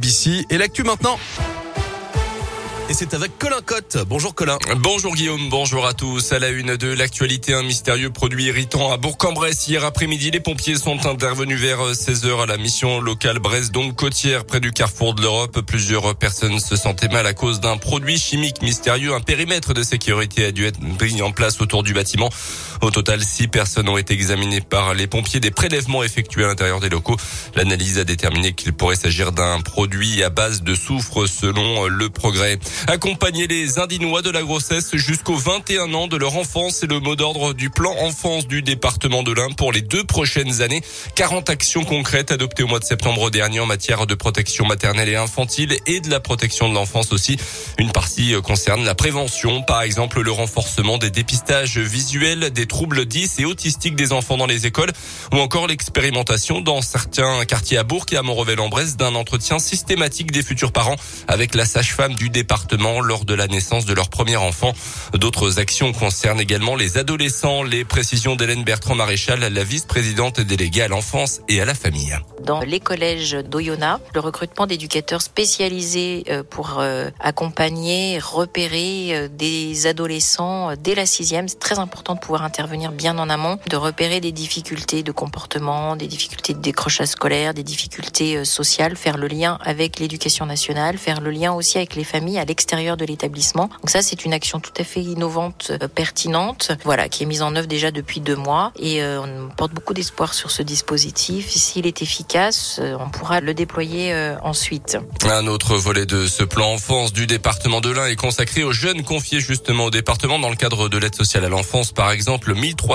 BBC. Et l'actu maintenant. Et c'est avec Colin Cotte. Bonjour Colin. Bonjour Guillaume, bonjour à tous. À la une de l'actualité, un mystérieux produit irritant à Bourg-en-Bresse. Hier après-midi, les pompiers sont intervenus vers 16h à la mission locale Brest-Côtière près du carrefour de l'Europe. Plusieurs personnes se sentaient mal à cause d'un produit chimique mystérieux. Un périmètre de sécurité a dû être mis en place autour du bâtiment. Au total, 6 personnes ont été examinées par les pompiers. Des prélèvements effectués à l'intérieur des locaux. L'analyse a déterminé qu'il pourrait s'agir d'un produit à base de soufre selon Le Progrès. Accompagner les Indinois de la grossesse jusqu'aux 21 ans de leur enfant, c'est le mot d'ordre du plan enfance du département de l'Ain pour les 2 prochaines années. 40 actions concrètes adoptées au mois de septembre dernier en matière de protection maternelle et infantile et de la protection de l'enfance aussi. Une partie concerne la prévention, par exemple le renforcement des dépistages visuels, des troubles 10 et autistiques des enfants dans les écoles ou encore l'expérimentation dans certains quartiers à Bourg et à Montrevel-en-Bresse d'un entretien systématique des futurs parents avec la sage-femme du département lors de la naissance de leur premier enfant. D'autres actions concernent également les adolescents. Les précisions d'Hélène Bertrand-Maréchal, la vice-présidente déléguée à l'enfance et à la famille. Dans les collèges d'Oyonnax, le recrutement d'éducateurs spécialisés pour accompagner, repérer des adolescents dès la 6e. C'est très important de pouvoir intervenir bien en amont, de repérer des difficultés de comportement, des difficultés de décrochage scolaire, des difficultés sociales, faire le lien avec l'éducation nationale, faire le lien aussi avec les familles à l'extérieur de l'établissement. Donc ça, c'est une action tout à fait innovante, pertinente, qui est mise en œuvre déjà depuis 2 mois et on porte beaucoup d'espoir sur ce dispositif. S'il est efficace, on pourra le déployer ensuite. Un autre volet de ce plan enfance du département de l'Ain est consacré aux jeunes confiés justement au département dans le cadre de l'aide sociale à l'enfance. Par exemple,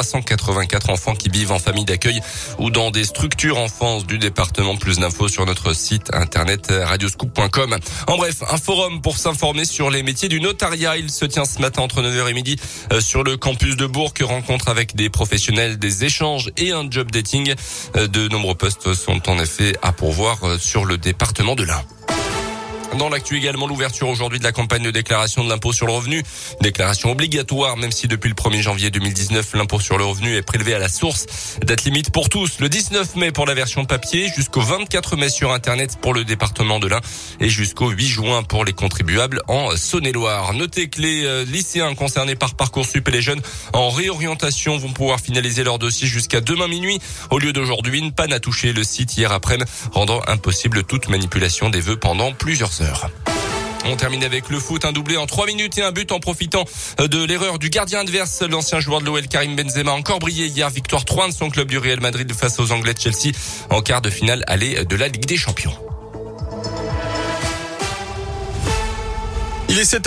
1384 enfants qui vivent en famille d'accueil ou dans des structures enfance du département. Plus d'infos sur notre site internet radioscoop.com. En bref, un forum pour s'informer sur les métiers du notariat. Il se tient ce matin entre 9h et midi sur le campus de Bourg. Rencontre avec des professionnels, des échanges et un job dating. De nombreux postes sont en effet à pourvoir sur le département de l'Ain. Dans l'actu également, l'ouverture aujourd'hui de la campagne de déclaration de l'impôt sur le revenu. Déclaration obligatoire, même si depuis le 1er janvier 2019, l'impôt sur le revenu est prélevé à la source. Date limite pour tous, le 19 mai pour la version papier, jusqu'au 24 mai sur Internet pour le département de l'Ain et jusqu'au 8 juin pour les contribuables en Saône-et-Loire. Notez que les lycéens concernés par Parcoursup et les jeunes en réorientation vont pouvoir finaliser leur dossier jusqu'à demain minuit. Au lieu d'aujourd'hui, une panne a touché le site hier après-midi, rendant impossible toute manipulation des vœux pendant plusieurs heures. On termine avec le foot, un doublé en 3 minutes et un but en profitant de l'erreur du gardien adverse. L'ancien joueur de l'OL Karim Benzema a encore brillé hier. Victoire 3 de son club du Real Madrid face aux Anglais de Chelsea en quart de finale aller de la Ligue des Champions. Il est 7h.